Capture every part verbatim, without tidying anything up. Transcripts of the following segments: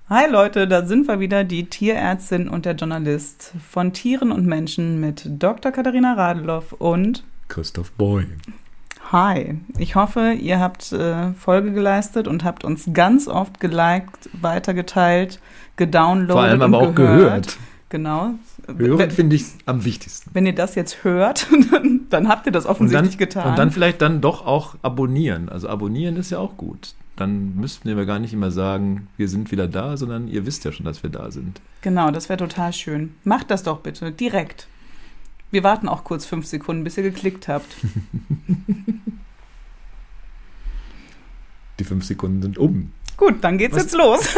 Hi Leute, da sind wir wieder, die Tierärztin und der Journalist von Tieren und Menschen mit Doktor Katharina Radeloff und Christoph Boy. Hi, ich hoffe, ihr habt äh, Folge geleistet und habt uns ganz oft geliked, weitergeteilt, gedownloadet Vor allem und aber auch gehört. gehört. Genau. Hören finde ich am wichtigsten. Wenn ihr das jetzt hört, dann, dann habt ihr das offensichtlich und dann, getan. Und dann vielleicht dann doch auch abonnieren. Also abonnieren ist ja auch gut. Dann müssten wir gar nicht immer sagen, wir sind wieder da, sondern ihr wisst ja schon, dass wir da sind. Genau, das wäre total schön. Macht das doch bitte, direkt. Wir warten auch kurz fünf Sekunden, bis ihr geklickt habt. Die fünf Sekunden sind um. Gut, dann geht's Was? jetzt los.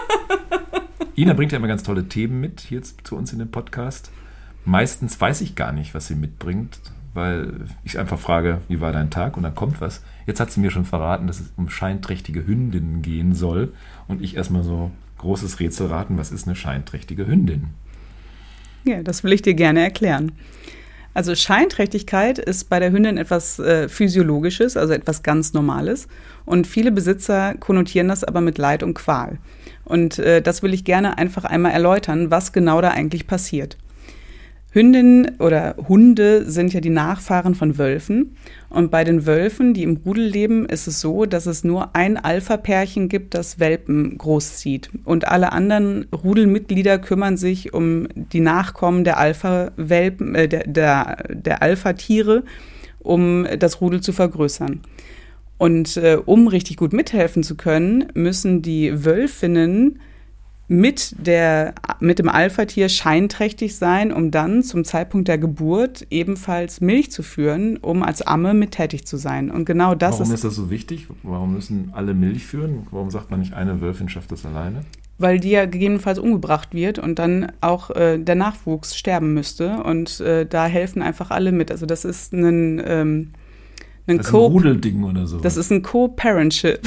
Ina bringt ja immer ganz tolle Themen mit hier zu uns in den Podcast. Meistens weiß ich gar nicht, was sie mitbringt, weil ich einfach frage, wie war dein Tag? Und dann kommt was. Jetzt hat sie mir schon verraten, dass es um scheinträchtige Hündinnen gehen soll. Und ich erstmal so großes Rätsel raten, was ist eine scheinträchtige Hündin? Ja, das will ich dir gerne erklären. Also Scheinträchtigkeit ist bei der Hündin etwas äh, Physiologisches, also etwas ganz Normales. Und viele Besitzer konnotieren das aber mit Leid und Qual. Und äh, das will ich gerne einfach einmal erläutern, was genau da eigentlich passiert. Hündinnen oder Hunde sind ja die Nachfahren von Wölfen. Und bei den Wölfen, die im Rudel leben, ist es so, dass es nur ein Alpha-Pärchen gibt, das Welpen großzieht. Und alle anderen Rudelmitglieder kümmern sich um die Nachkommen der Alpha-Welpen, äh, der, der, der Alpha-Tiere, um das Rudel zu vergrößern. Und äh, um richtig gut mithelfen zu können, müssen die Wölfinnen mit, der, mit dem Alpha-Tier scheinträchtig sein, um dann zum Zeitpunkt der Geburt ebenfalls Milch zu führen, um als Amme mit tätig zu sein. Und genau das Warum ist... Warum ist das so wichtig? Warum müssen alle Milch führen? Warum sagt man nicht, eine Wölfin schafft das alleine? Weil die ja gegebenenfalls umgebracht wird und dann auch äh, der Nachwuchs sterben müsste. Und äh, da helfen einfach alle mit. Also das ist ein... Ähm, ein das ist ein Rudelding oder so. Das ist ein Co-Parentship.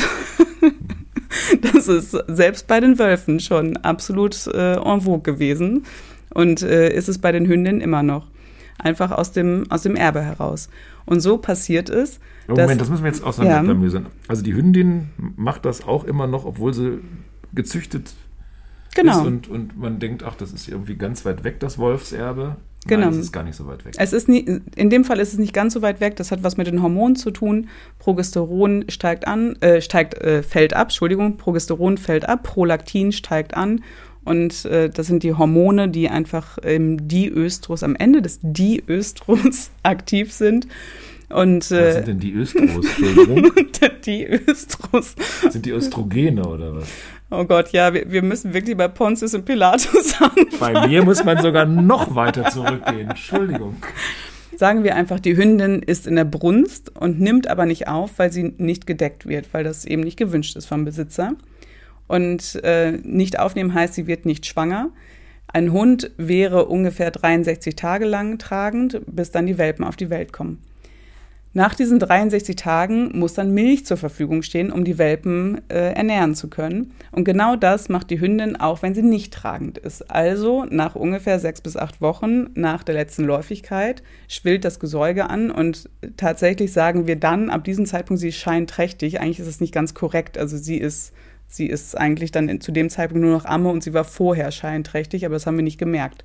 Das ist selbst bei den Wölfen schon absolut äh, en vogue gewesen und äh, ist es bei den Hündinnen immer noch. Einfach aus dem, aus dem Erbe heraus. Und so passiert es, oh, dass... Moment, das müssen wir jetzt auseinanderklamüsern. Ja. Also die Hündin macht das auch immer noch, obwohl sie gezüchtet genau. ist und, und man denkt, ach, das ist irgendwie ganz weit weg, das Wolfserbe. Genau. Nein, es ist gar nicht so weit weg. Es ist nie, in dem Fall ist es nicht ganz so weit weg. Das hat was mit den Hormonen zu tun. Progesteron steigt an, äh, steigt, äh, fällt ab, Entschuldigung, Progesteron fällt ab, Prolaktin steigt an. Und äh, das sind die Hormone, die einfach im Diöstrus, am Ende des Diöstrus aktiv sind. Und, äh, was sind denn die Östros? Entschuldigung. Die Östrus. Sind die Östrogene oder was? Oh Gott, ja, wir, wir müssen wirklich bei Pontius und Pilatus anfangen. Bei mir muss man sogar noch weiter zurückgehen. Entschuldigung. Sagen wir einfach, die Hündin ist in der Brunst und nimmt aber nicht auf, weil sie nicht gedeckt wird, weil das eben nicht gewünscht ist vom Besitzer. Und äh, nicht aufnehmen heißt, sie wird nicht schwanger. Ein Hund wäre ungefähr dreiundsechzig Tage lang tragend, bis dann die Welpen auf die Welt kommen. Nach diesen dreiundsechzig Tagen muss dann Milch zur Verfügung stehen, um die Welpen äh, ernähren zu können. Und genau das macht die Hündin auch, wenn sie nicht tragend ist. Also nach ungefähr sechs bis acht Wochen nach der letzten Läufigkeit schwillt das Gesäuge an und tatsächlich sagen wir dann, ab diesem Zeitpunkt, sie ist scheinträchtig. Eigentlich ist es nicht ganz korrekt. Also sie ist, sie ist eigentlich dann in, zu dem Zeitpunkt nur noch Amme und sie war vorher scheinträchtig, aber das haben wir nicht gemerkt.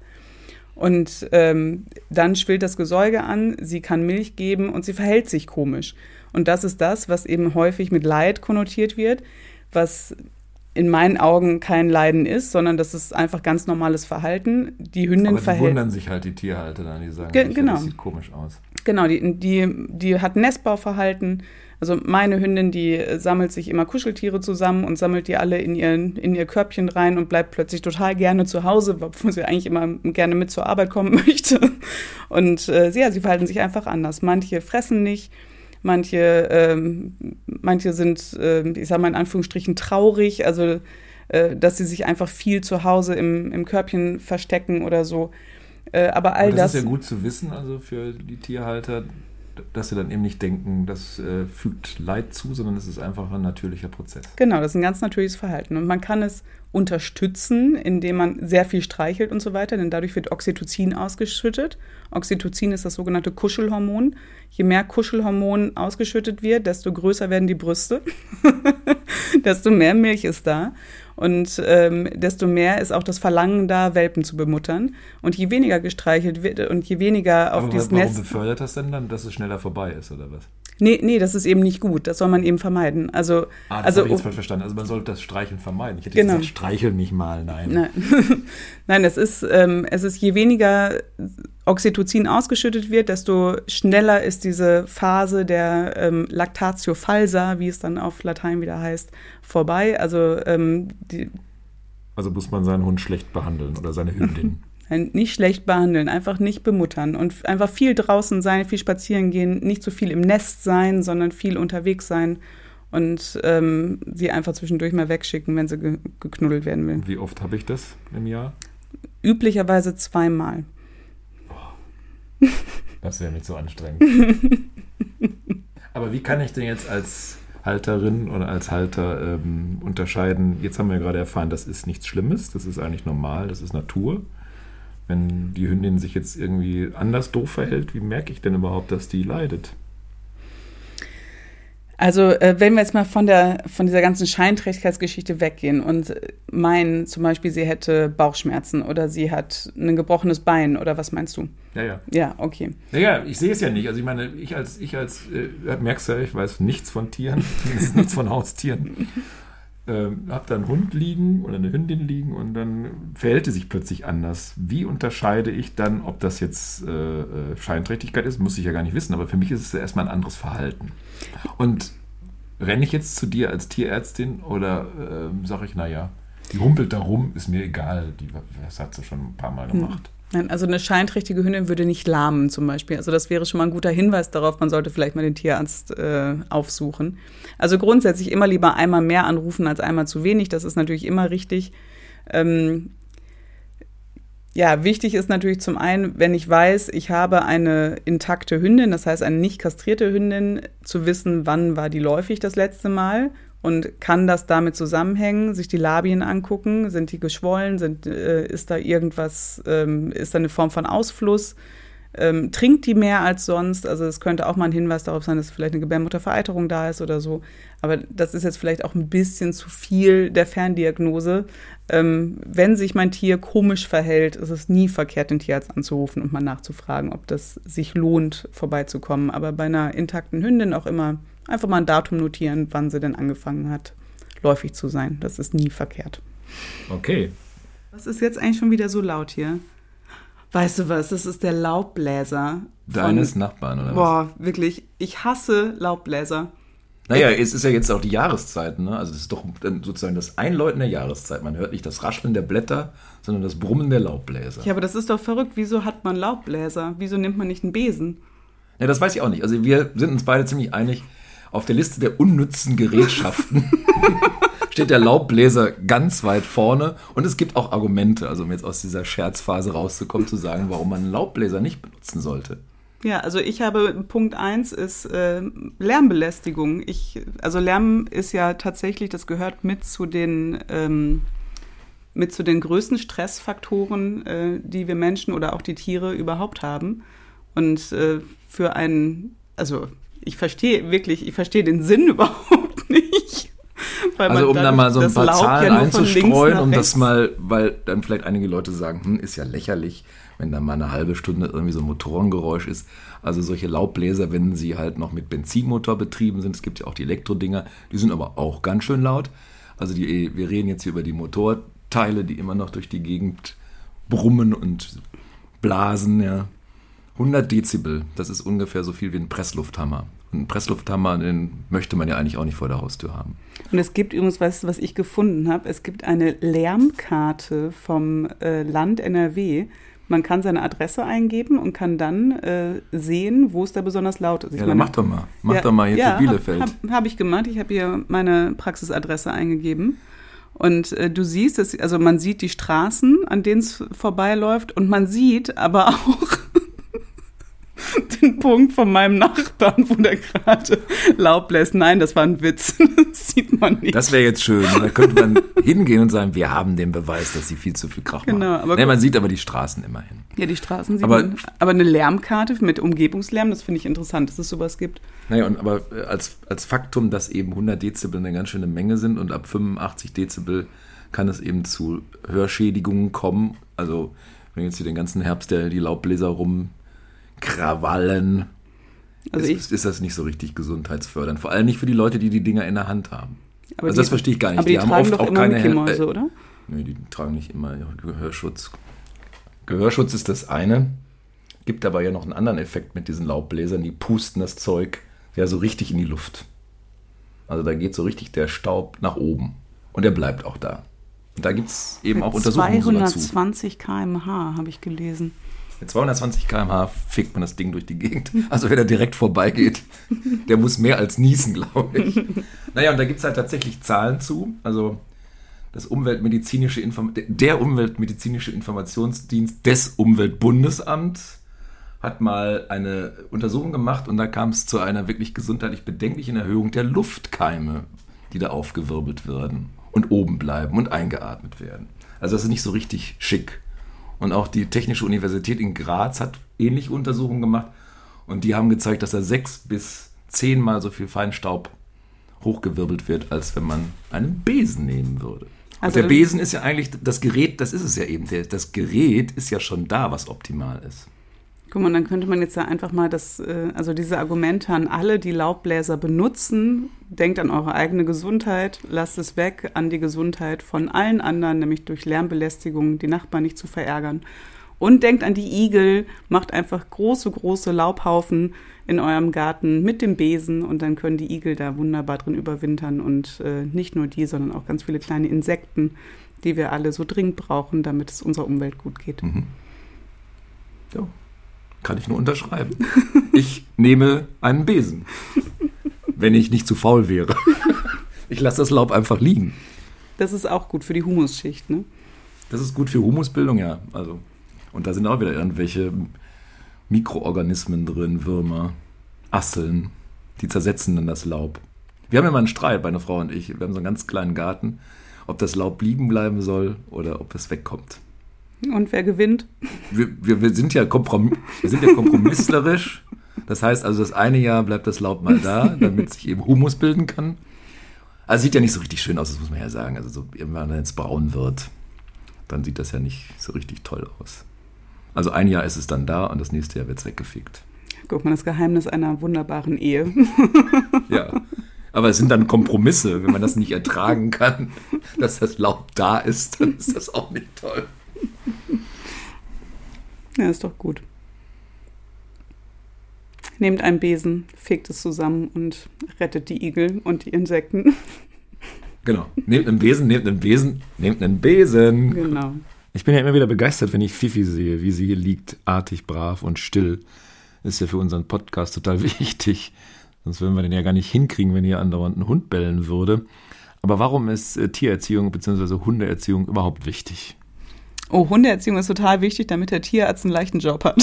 Und ähm, dann schwillt das Gesäuge an, sie kann Milch geben und sie verhält sich komisch. Und das ist das, was eben häufig mit Leid konnotiert wird, was in meinen Augen kein Leiden ist, sondern das ist einfach ganz normales Verhalten. Die Hündin Aber die verhält... wundern sich halt die Tierhalter dann, die sagen, Ge- genau. das sieht komisch aus. Genau, die, die, die hat Nestbauverhalten. Also meine Hündin, die sammelt sich immer Kuscheltiere zusammen und sammelt die alle in, ihren, in ihr Körbchen rein und bleibt plötzlich total gerne zu Hause, obwohl sie eigentlich immer gerne mit zur Arbeit kommen möchte. Und äh, ja, sie verhalten sich einfach anders. Manche fressen nicht, manche, ähm, manche sind, äh, ich sage mal in Anführungsstrichen, traurig, also äh, dass sie sich einfach viel zu Hause im, im Körbchen verstecken oder so. Äh, aber all aber das, das ist ja gut zu wissen, also für die Tierhalter, dass sie dann eben nicht denken, das äh, fügt Leid zu, sondern es ist einfach ein natürlicher Prozess. Genau, das ist ein ganz natürliches Verhalten. Und man kann es unterstützen, indem man sehr viel streichelt und so weiter, denn dadurch wird Oxytocin ausgeschüttet. Oxytocin ist das sogenannte Kuschelhormon. Je mehr Kuschelhormon ausgeschüttet wird, desto größer werden die Brüste, desto mehr Milch ist da. Und ähm, desto mehr ist auch das Verlangen da, Welpen zu bemuttern. Und je weniger gestreichelt wird und je weniger auf Aber dieses warum Nest... Warum befördert das denn dann, dass es schneller vorbei ist, oder was? Nee, nee, das ist eben nicht gut. Das soll man eben vermeiden. Also, ah, das also, habe ich jetzt falsch verstanden. Also man sollte das Streicheln vermeiden. Ich hätte genau. jetzt gesagt, streicheln nicht mal, nein. Nein, nein es, ist, ähm, es ist, je weniger Oxytocin ausgeschüttet wird, desto schneller ist diese Phase der ähm, Lactatio falsa, wie es dann auf Latein wieder heißt, vorbei. Also, ähm, die, also muss man seinen Hund schlecht behandeln oder seine Hündin. Nicht schlecht behandeln, einfach nicht bemuttern und einfach viel draußen sein, viel spazieren gehen, nicht so viel im Nest sein, sondern viel unterwegs sein und ähm, sie einfach zwischendurch mal wegschicken, wenn sie ge- geknuddelt werden will. Wie oft habe ich das im Jahr? Üblicherweise zweimal. Das wäre nicht so anstrengend. Aber wie kann ich denn jetzt als Halterin oder als Halter ähm, unterscheiden? Jetzt haben wir gerade erfahren, das ist nichts Schlimmes, das ist eigentlich normal, das ist Natur. Wenn die Hündin sich jetzt irgendwie anders doof verhält, wie merke ich denn überhaupt, dass die leidet? Also äh, wenn wir jetzt mal von der von dieser ganzen Scheinträchtigkeitsgeschichte weggehen und meinen zum Beispiel, sie hätte Bauchschmerzen oder sie hat ein gebrochenes Bein oder was meinst du? Ja, ja. Ja, okay. Naja, ich sehe es ja nicht. Also ich meine, ich als, ich als äh, merkst ja, ich weiß nichts von Tieren, zumindest nichts von Haustieren. Ähm, hab da einen Hund liegen oder eine Hündin liegen und dann verhält die sich plötzlich anders. Wie unterscheide ich dann, ob das jetzt äh, Scheinträchtigkeit ist? Muss ich ja gar nicht wissen, aber für mich ist es ja erstmal ein anderes Verhalten. Und renne ich jetzt zu dir als Tierärztin oder äh, sage ich, naja, die humpelt da rum, ist mir egal, die, das hat sie schon ein paar Mal gemacht. Nein, also eine scheinträchtige Hündin würde nicht lahmen zum Beispiel. Also das wäre schon mal ein guter Hinweis darauf, man sollte vielleicht mal den Tierarzt äh, aufsuchen. Also grundsätzlich immer lieber einmal mehr anrufen als einmal zu wenig. Das ist natürlich immer richtig. Ähm, ja, wichtig ist natürlich zum einen, wenn ich weiß, ich habe eine intakte Hündin, das heißt eine nicht kastrierte Hündin, zu wissen, wann war die läufig das letzte Mal. Und kann das damit zusammenhängen, sich die Labien angucken, sind die geschwollen, sind, äh, ist da irgendwas, ähm, ist da eine Form von Ausfluss, ähm, trinkt die mehr als sonst, also es könnte auch mal ein Hinweis darauf sein, dass vielleicht eine Gebärmuttervereiterung da ist oder so, aber das ist jetzt vielleicht auch ein bisschen zu viel der Ferndiagnose. Ähm, wenn sich mein Tier komisch verhält, ist es nie verkehrt, den Tierarzt anzurufen und mal nachzufragen, ob das sich lohnt, vorbeizukommen, aber bei einer intakten Hündin auch immer einfach mal ein Datum notieren, wann sie denn angefangen hat, läufig zu sein. Das ist nie verkehrt. Okay. Was ist jetzt eigentlich schon wieder so laut hier? Weißt du was? Das ist der Laubbläser. Deines von, Nachbarn, oder boah, was? Boah, wirklich. Ich hasse Laubbläser. Naja, es ist ja jetzt auch die Jahreszeit, ne? Also das ist doch sozusagen das Einläuten der Jahreszeit. Man hört nicht das Rascheln der Blätter, sondern das Brummen der Laubbläser. Ja, aber das ist doch verrückt. Wieso hat man Laubbläser? Wieso nimmt man nicht einen Besen? Ja, das weiß ich auch nicht. Also wir sind uns beide ziemlich einig. Auf der Liste der unnützen Gerätschaften steht der Laubbläser ganz weit vorne. Und es gibt auch Argumente, also um jetzt aus dieser Scherzphase rauszukommen, zu sagen, warum man einen Laubbläser nicht benutzen sollte. Ja, also ich habe, Punkt eins ist äh, Lärmbelästigung. Ich, also Lärm ist ja tatsächlich, das gehört mit zu den, ähm, mit zu den größten Stressfaktoren, äh, die wir Menschen oder auch die Tiere überhaupt haben. Und äh, für einen, also ich verstehe wirklich, ich verstehe den Sinn überhaupt nicht. Weil also um da mal so ein paar Zahlen ja einzustreuen, um das mal, weil dann vielleicht einige Leute sagen, hm, ist ja lächerlich, wenn da mal eine halbe Stunde irgendwie so ein Motorengeräusch ist. Also solche Laubbläser, wenn sie halt noch mit Benzinmotor betrieben sind, es gibt ja auch die Elektrodinger, die sind aber auch ganz schön laut. Also die, wir reden jetzt hier über die Motorteile, die immer noch durch die Gegend brummen und blasen, ja. hundert Dezibel, das ist ungefähr so viel wie ein Presslufthammer. Und einen Presslufthammer, den möchte man ja eigentlich auch nicht vor der Haustür haben. Und es gibt übrigens was, was ich gefunden habe. Es gibt eine Lärmkarte vom äh, Land N R W. Man kann seine Adresse eingeben und kann dann äh, sehen, wo es da besonders laut ist. Ich ja, meine, dann mach doch mal. Mach ja, doch mal hier ja, für Bielefeld. Habe hab, hab ich gemacht. Ich habe hier meine Praxisadresse eingegeben. Und äh, du siehst, dass, also man sieht die Straßen, an denen es vorbeiläuft. Und man sieht aber auch den Punkt von meinem Nachbarn, wo der gerade Laub bläst. Nein, das war ein Witz. Das sieht man nicht. Das wäre jetzt schön. Da könnte man hingehen und sagen, wir haben den Beweis, dass sie viel zu viel Krach machen. Genau, aber nee, man sieht aber die Straßen immerhin. Ja, die Straßen sieht aber, man. Aber eine Lärmkarte mit Umgebungslärm, das finde ich interessant, dass es sowas gibt. Naja, und aber als, als Faktum, dass eben hundert Dezibel eine ganz schöne Menge sind und ab fünfundachtzig Dezibel kann es eben zu Hörschädigungen kommen. Also wenn jetzt hier den ganzen Herbst der, die Laubbläser rumkrawallen, also ist, ist das nicht so richtig gesundheitsfördernd. Vor allem nicht für die Leute, die die Dinger in der Hand haben. Aber also die, das verstehe ich gar nicht. Aber die, die haben oft doch auch immer keine Mäuse, äh, oder? Nee, die tragen nicht immer Gehörschutz. Gehörschutz ist das eine. Gibt aber ja noch einen anderen Effekt mit diesen Laubbläsern. Die pusten das Zeug ja so richtig in die Luft. Also da geht so richtig der Staub nach oben. Und der bleibt auch da. Und da gibt es eben auch Untersuchungen dazu. zweihundertzwanzig Kilometer pro Stunde habe ich gelesen. Mit zweihundertzwanzig Kilometer pro Stunde fegt man das Ding durch die Gegend. Also wer da direkt vorbeigeht, der muss mehr als niesen, glaube ich. Naja, und da gibt es halt tatsächlich Zahlen zu. Also das Umweltmedizinische Inform- der Umweltmedizinische Informationsdienst des Umweltbundesamts hat mal eine Untersuchung gemacht und da kam es zu einer wirklich gesundheitlich bedenklichen Erhöhung der Luftkeime, die da aufgewirbelt werden und oben bleiben und eingeatmet werden. Also das ist nicht so richtig schick. Und auch die Technische Universität in Graz hat ähnliche Untersuchungen gemacht und die haben gezeigt, dass da sechs bis zehnmal so viel Feinstaub hochgewirbelt wird, als wenn man einen Besen nehmen würde. Also und der Besen ist ja eigentlich das Gerät, das ist es ja eben. Der, das Gerät ist ja schon da, was optimal ist. Guck mal, dann könnte man jetzt ja einfach mal das, also diese Argumente an alle, die Laubbläser benutzen, denkt an eure eigene Gesundheit, lasst es weg, an die Gesundheit von allen anderen, nämlich durch Lärmbelästigung, die Nachbarn nicht zu verärgern. Und denkt an die Igel, macht einfach große, große Laubhaufen in eurem Garten mit dem Besen und dann können die Igel da wunderbar drin überwintern und äh, nicht nur die, sondern auch ganz viele kleine Insekten, die wir alle so dringend brauchen, damit es unserer Umwelt gut geht. Mhm. Ja. Kann ich nur unterschreiben. Ich nehme einen Besen, wenn ich nicht zu faul wäre. Ich lasse das Laub einfach liegen. Das ist auch gut für die Humusschicht, ne? Das ist gut für Humusbildung, ja. Also, und da sind auch wieder irgendwelche Mikroorganismen drin, Würmer, Asseln, die zersetzen dann das Laub. Wir haben ja mal einen Streit, meine Frau und ich. Wir haben so einen ganz kleinen Garten, ob das Laub liegen bleiben soll oder ob es wegkommt. Und wer gewinnt? Wir, wir, wir, sind ja komprom- wir sind ja kompromisslerisch. Das heißt also, das eine Jahr bleibt das Laub mal da, damit sich eben Humus bilden kann. Also sieht ja nicht so richtig schön aus, das muss man ja sagen. Also so, wenn es braun wird, dann sieht das ja nicht so richtig toll aus. Also ein Jahr ist es dann da und das nächste Jahr wird es weggefegt. Guck mal, das Geheimnis einer wunderbaren Ehe. Ja, aber es sind dann Kompromisse. Wenn man das nicht ertragen kann, dass das Laub da ist, dann ist das auch nicht toll. Ja, ist doch gut. Nehmt einen Besen, fegt es zusammen und rettet die Igel und die Insekten. Genau. Nehmt einen Besen, nehmt einen Besen, nehmt einen Besen. Genau. Ich bin ja immer wieder begeistert, wenn ich Fifi sehe, wie sie hier liegt, artig, brav und still. Ist ja für unseren Podcast total wichtig. Sonst würden wir den ja gar nicht hinkriegen, wenn hier andauernd ein Hund bellen würde. Aber warum ist äh, Tiererziehung bzw. Hundeerziehung überhaupt wichtig? Oh, Hundeerziehung ist total wichtig, damit der Tierarzt einen leichten Job hat.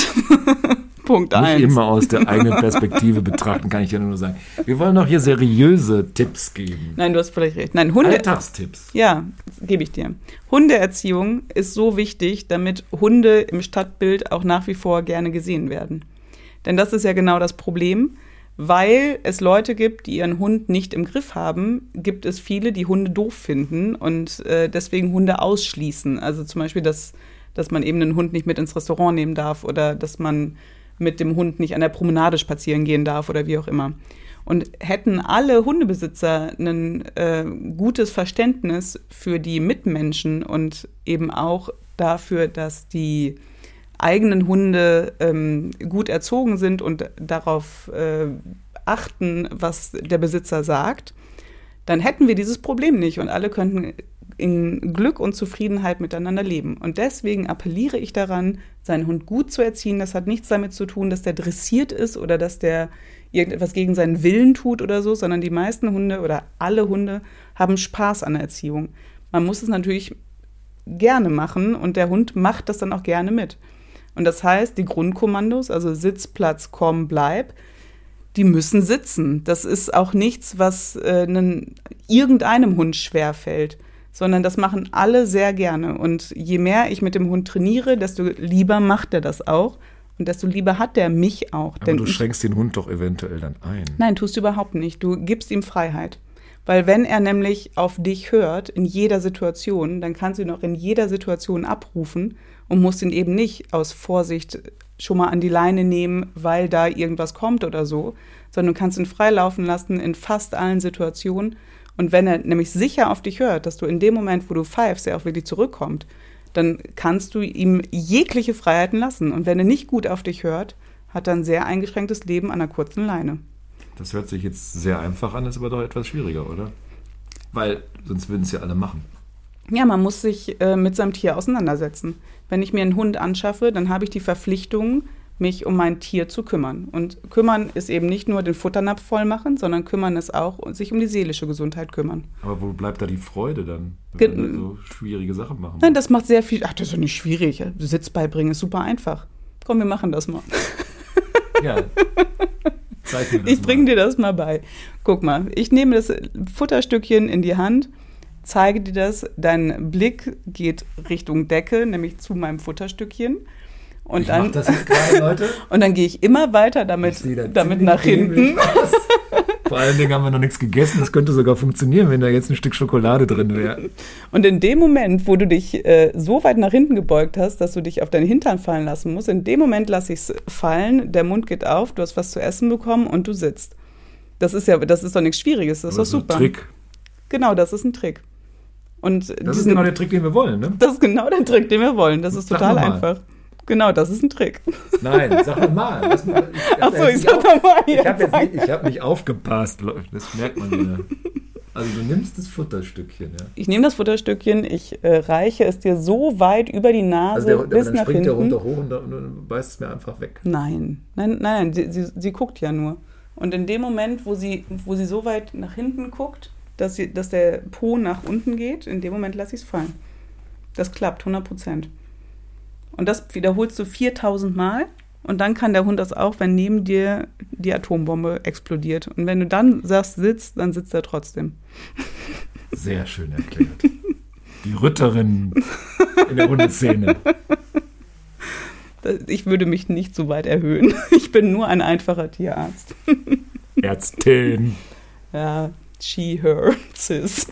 Punkt eins. Nicht immer aus der eigenen Perspektive betrachten, kann ich ja nur sagen. Wir wollen doch hier seriöse Tipps geben. Nein, du hast vielleicht recht. Nein, Hunde- Alltagstipps. Ja, gebe ich dir. Hundeerziehung ist so wichtig, damit Hunde im Stadtbild auch nach wie vor gerne gesehen werden. Denn das ist ja genau das Problem. Weil es Leute gibt, die ihren Hund nicht im Griff haben, gibt es viele, die Hunde doof finden und äh, deswegen Hunde ausschließen. Also zum Beispiel, dass, dass man eben einen Hund nicht mit ins Restaurant nehmen darf oder dass man mit dem Hund nicht an der Promenade spazieren gehen darf oder wie auch immer. Und hätten alle Hundebesitzer ein äh, gutes Verständnis für die Mitmenschen und eben auch dafür, dass die eigenen Hunde ähm, gut erzogen sind und darauf äh, achten, was der Besitzer sagt, dann hätten wir dieses Problem nicht und alle könnten in Glück und Zufriedenheit miteinander leben. Und deswegen appelliere ich daran, seinen Hund gut zu erziehen. Das hat nichts damit zu tun, dass der dressiert ist oder dass der irgendetwas gegen seinen Willen tut oder so, sondern die meisten Hunde oder alle Hunde haben Spaß an der Erziehung. Man muss es natürlich gerne machen und der Hund macht das dann auch gerne mit. Und das heißt, die Grundkommandos, also Sitz, Platz, komm, bleib, die müssen sitzen. Das ist auch nichts, was äh, einen, irgendeinem Hund schwerfällt, sondern das machen alle sehr gerne. Und je mehr ich mit dem Hund trainiere, desto lieber macht er das auch und desto lieber hat er mich auch. Aber Denn du schränkst den Hund doch eventuell dann ein. Nein, tust du überhaupt nicht. Du gibst ihm Freiheit. Weil wenn er nämlich auf dich hört, in jeder Situation, dann kannst du ihn auch in jeder Situation abrufen und musst ihn eben nicht aus Vorsicht schon mal an die Leine nehmen, weil da irgendwas kommt oder so, sondern du kannst ihn frei laufen lassen in fast allen Situationen. Und wenn er nämlich sicher auf dich hört, dass du in dem Moment, wo du pfeifst, er auch wirklich zurückkommt, dann kannst du ihm jegliche Freiheiten lassen. Und wenn er nicht gut auf dich hört, hat er ein sehr eingeschränktes Leben an einer kurzen Leine. Das hört sich jetzt sehr einfach an, ist aber doch etwas schwieriger, oder? Weil sonst würden es ja alle machen. Ja, man muss sich äh, mit seinem Tier auseinandersetzen. Wenn ich mir einen Hund anschaffe, dann habe ich die Verpflichtung, mich um mein Tier zu kümmern. Und kümmern ist eben nicht nur den Futternapf voll machen, sondern kümmern ist auch sich um die seelische Gesundheit kümmern. Aber wo bleibt da die Freude dann, wenn Ge- wir so schwierige Sachen machen? Nein, das macht sehr viel. Ach, das ist doch nicht schwierig. Sitz beibringen ist super einfach. Komm, wir machen das mal. Ja, zeig mir das Ich bringe dir das mal bei. Guck mal, ich nehme das Futterstückchen in die Hand, zeige dir das, dein Blick geht Richtung Decke, nämlich zu meinem Futterstückchen. Und ich dann, mach das jetzt gerade, Leute. Und dann gehe ich immer weiter damit, damit nach hinten. Vor allen Dingen haben wir noch nichts gegessen. Das könnte sogar funktionieren, wenn da jetzt ein Stück Schokolade drin wäre. Und in dem Moment, wo du dich äh, so weit nach hinten gebeugt hast, dass du dich auf deinen Hintern fallen lassen musst, in dem Moment lasse ich es fallen, der Mund geht auf, du hast was zu essen bekommen und du sitzt. Das ist ja, das ist doch nichts Schwieriges, das ist doch super. Das ist ein Trick. Genau, das ist ein Trick. Und das diesen, ist genau der Trick, den wir wollen, ne? Das ist genau der Trick, den wir wollen. Das ist Sag total mal. einfach. Genau, das ist ein Trick. Nein, sag mal mal. Lass mal ich Achso, ich sag doch mal Ich jetzt. habe hab nicht aufgepasst, Leute. Das merkt man wieder. Also du nimmst das Futterstückchen, ja. Ich nehme das Futterstückchen, ich äh, reiche es dir so weit über die Nase Also der, der, bis dann nach springt hinten. der runter hoch und dann, und dann beißt es mir einfach weg. Nein, nein, nein, nein. Sie, sie, sie guckt ja nur. Und in dem Moment, wo sie, wo sie so weit nach hinten guckt, dass, sie, dass der Po nach unten geht, in dem Moment lasse ich es fallen. Das klappt, hundert Prozent. Und das wiederholst du viertausend Mal und dann kann der Hund das auch, wenn neben dir die Atombombe explodiert. Und wenn du dann sagst, sitzt, dann sitzt er trotzdem. Sehr schön erklärt. Die Ritterin in der Hundeszene. Ich würde mich nicht so weit erhöhen. Ich bin nur ein einfacher Tierarzt. Ärztin. Ja, she, her, cis.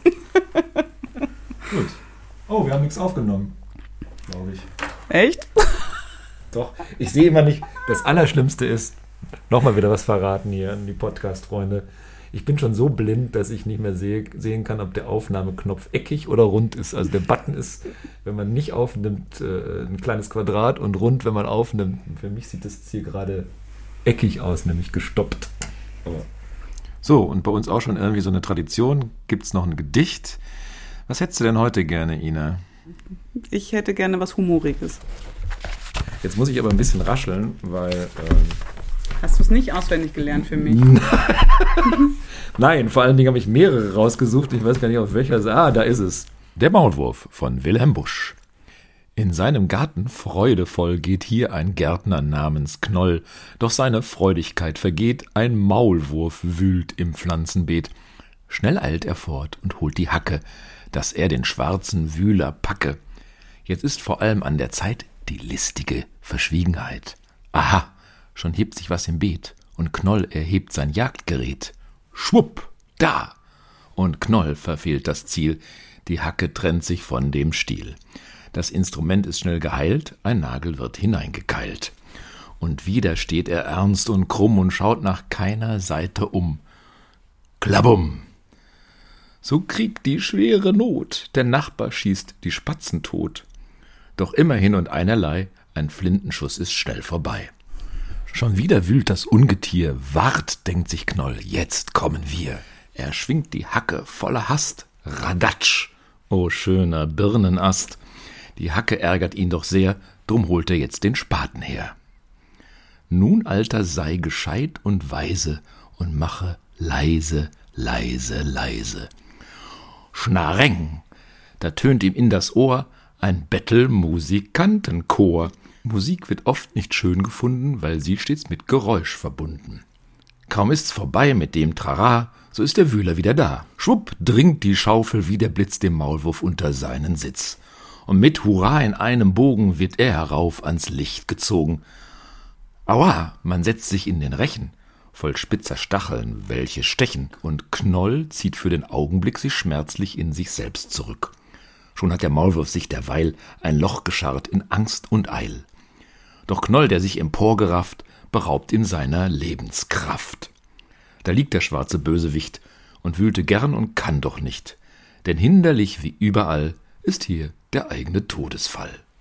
Gut. Oh, wir haben nichts aufgenommen, glaube ich. Echt? Doch, ich sehe immer nicht. Das Allerschlimmste ist, nochmal wieder was verraten hier an die Podcast-Freunde. Ich bin schon so blind, dass ich nicht mehr sehe, sehen kann, ob der Aufnahmeknopf eckig oder rund ist. Also der Button ist, wenn man nicht aufnimmt, ein kleines Quadrat und rund, wenn man aufnimmt. Für mich sieht das hier gerade eckig aus, nämlich gestoppt. So, und bei uns auch schon irgendwie so eine Tradition. Gibt es noch ein Gedicht? Was hättest du denn heute gerne, Ina? Ich hätte gerne was Humoriges. Jetzt muss ich aber ein bisschen rascheln, weil... Ähm Hast du es nicht auswendig gelernt für mich? Nein, vor allen Dingen habe ich mehrere rausgesucht. Ich weiß gar nicht, auf welcher... Ah, da ist es. Der Maulwurf von Wilhelm Busch. In seinem Garten freudevoll geht hier ein Gärtner namens Knoll. Doch seine Freudigkeit vergeht, ein Maulwurf wühlt im Pflanzenbeet. Schnell eilt er fort und holt die Hacke, dass er den schwarzen Wühler packe. Jetzt ist vor allem an der Zeit die listige Verschwiegenheit. Aha, schon hebt sich was im Beet und Knoll erhebt sein Jagdgerät. Schwupp, da! Und Knoll verfehlt das Ziel, die Hacke trennt sich von dem Stiel. Das Instrument ist schnell geheilt, ein Nagel wird hineingekeilt. Und wieder steht er ernst und krumm und schaut nach keiner Seite um. Klabum! So kriegt die schwere Not, der Nachbar schießt die Spatzen tot. Doch immerhin und einerlei, ein Flintenschuss ist schnell vorbei. Schon wieder wühlt das Ungetier, wart, denkt sich Knoll, jetzt kommen wir. Er schwingt die Hacke voller Hast, radatsch, oh schöner Birnenast. Die Hacke ärgert ihn doch sehr, drum holt er jetzt den Spaten her. Nun, Alter, sei gescheit und weise und mache leise, leise, leise. Schnareng, da tönt ihm in das Ohr ein Bettelmusikantenchor. Musik wird oft nicht schön gefunden, weil sie stets mit Geräusch verbunden. Kaum ist's vorbei mit dem Trara, so ist der Wühler wieder da. Schwupp dringt die Schaufel wie der Blitz dem Maulwurf unter seinen Sitz. Und mit Hurra in einem Bogen wird er herauf ans Licht gezogen. Aua, man setzt sich in den Rechen voll spitzer Stacheln, welche stechen, und Knoll zieht für den Augenblick sich schmerzlich in sich selbst zurück. Schon hat der Maulwurf sich derweil ein Loch gescharrt in Angst und Eil. Doch Knoll, der sich emporgerafft, beraubt ihn seiner Lebenskraft. Da liegt der schwarze Bösewicht und wühlte gern und kann doch nicht, denn hinderlich wie überall ist hier der eigene Todesfall.